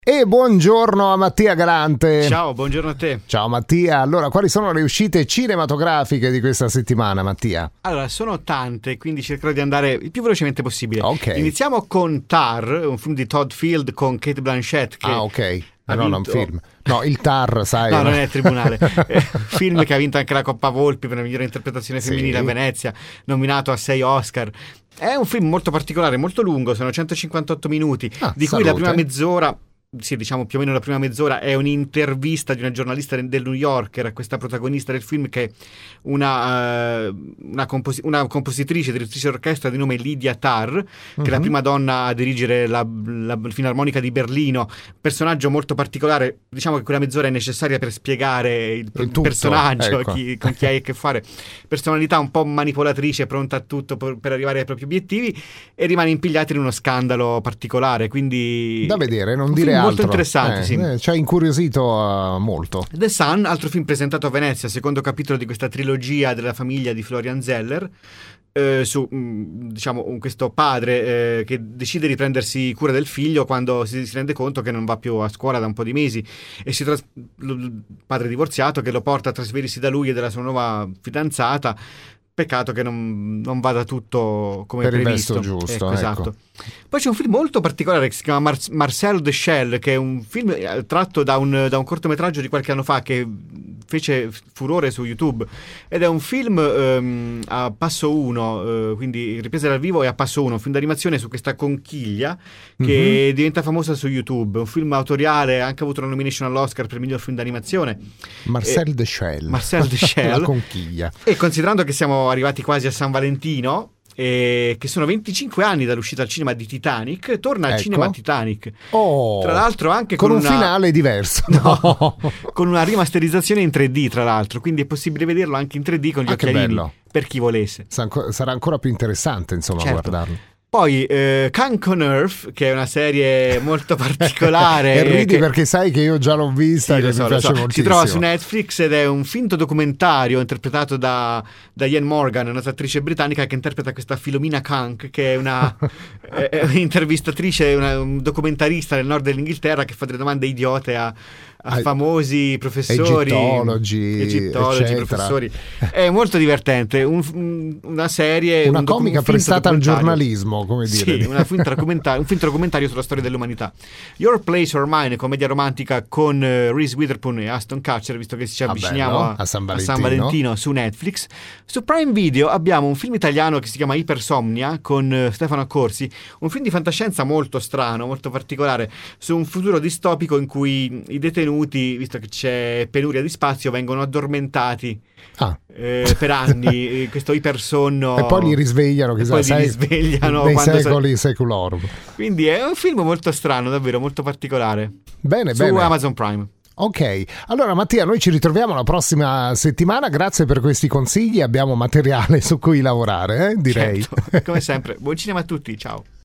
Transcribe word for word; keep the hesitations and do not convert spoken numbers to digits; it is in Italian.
E buongiorno a Mattia Galante. Ciao, buongiorno a te. Ciao Mattia, allora quali sono le uscite cinematografiche di questa settimana, Mattia? Allora, sono tante, quindi cercherò di andare il più velocemente possibile. Ok. Iniziamo con Tar, un film di Todd Field con Cate Blanchett che Ah, ok. ha No, non vinto- film. No, il Tar, sai. No, non è il tribunale. È un film che ha vinto anche la Coppa Volpi per la migliore interpretazione Sì. femminile a Venezia, nominato a sei Oscar. È un film molto particolare, molto lungo, sono centocinquantotto minuti, Ah, di cui la salute. prima mezz'ora, sì, diciamo più o meno la prima mezz'ora, è un'intervista di una giornalista del New Yorker a questa protagonista del film, che è una, eh, una, compos- una compositrice, direttrice d'orchestra di nome Lydia Tarr, che è la Mhm. prima donna a dirigere la, la Filarmonica di Berlino. Personaggio molto particolare, diciamo che quella mezz'ora è necessaria per spiegare il, Il tutto, personaggio, ecco. chi- con chi hai a che fare. Personalità un po' manipolatrice, pronta a tutto per, per arrivare ai propri obiettivi, e rimane impigliata in uno scandalo particolare, quindi Da vedere, non un dire film altro. molto interessante, Eh, sì. eh, ci ha incuriosito uh, molto. The Sun, altro film presentato a Venezia, secondo capitolo di questa trilogia della famiglia di Florian Zeller, eh, su mh, diciamo un- questo padre eh, che decide di prendersi cura del figlio quando si, si rende conto che non va più a scuola da un po' di mesi, e si tras- l- il padre divorziato che lo porta a trasferirsi da lui e dalla sua nuova fidanzata. Peccato che non, non vada tutto come Per il previsto. verso giusto, Ecco, ecco. esatto. Poi c'è un film molto particolare che si chiama Mar- Marcel the Shell, che è un film eh, tratto da un, da un cortometraggio di qualche anno fa che fece furore su YouTube, ed è un film ehm, a passo uno, eh, quindi riprese dal vivo e a passo uno, un film d'animazione su questa conchiglia che diventa famosa su YouTube. Un film autoriale, ha anche avuto una nomination all'Oscar per miglior film d'animazione. Marcel de Shell. Marcel de Shell. La conchiglia. E considerando che siamo arrivati quasi a San Valentino, e che sono venticinque anni dall'uscita al cinema di Titanic, torna al Ecco. cinema Titanic. Oh, Tra l'altro anche con con, un una, finale diverso. No, con una rimasterizzazione in tre D, tra l'altro, quindi è possibile vederlo anche in tre D con gli Ah, che occhialini, bello. per chi volesse. Sa- Sarà ancora più interessante, insomma, Certo. guardarlo. Poi eh, Kunk on Earth, che è una serie molto particolare. E ridi che- perché sai che io già l'ho vista, Sì, che lo so, mi lo piace so. moltissimo. Si trova su Netflix ed è un finto documentario interpretato da, da Ian Morgan, una attrice britannica che interpreta questa Philomena Kunk, che è una è- è un'intervistatrice, una, un documentarista del nord dell'Inghilterra che fa delle domande idiote a, a Ai- famosi professori, egittologi, egittologi, eccetera. professori. È molto divertente, un- un- una serie, Una un docu- comica un finto prestata al documentario. giornalismo, come dire. Sì, una finta documenta- un finto documentario sulla storia dell'umanità. Your Place or Mine, commedia romantica con eh, Reese Witherspoon e Aston Kutcher, visto che ci Ah, avviciniamo bello, a, a San a Valentino. San Valentino su Netflix. Su Prime Video abbiamo un film italiano che si chiama Ipersomnia con eh, Stefano Accorsi, un film di fantascienza molto strano, molto particolare, su un futuro distopico in cui i detenuti, visto che c'è penuria di spazio, vengono addormentati Ah. eh, per anni, eh, questo ipersonno, E poi li risvegliano, e chissà, poi li sai, risvegliano nei quando sa- secoli seculorum. quindi è un film molto strano, davvero molto particolare, Bene, su bene. Amazon Prime. Ok, allora Mattia, noi ci ritroviamo la prossima settimana, grazie per questi consigli, abbiamo materiale su cui lavorare, eh, direi. Certo, come sempre, buon cinema a tutti, ciao.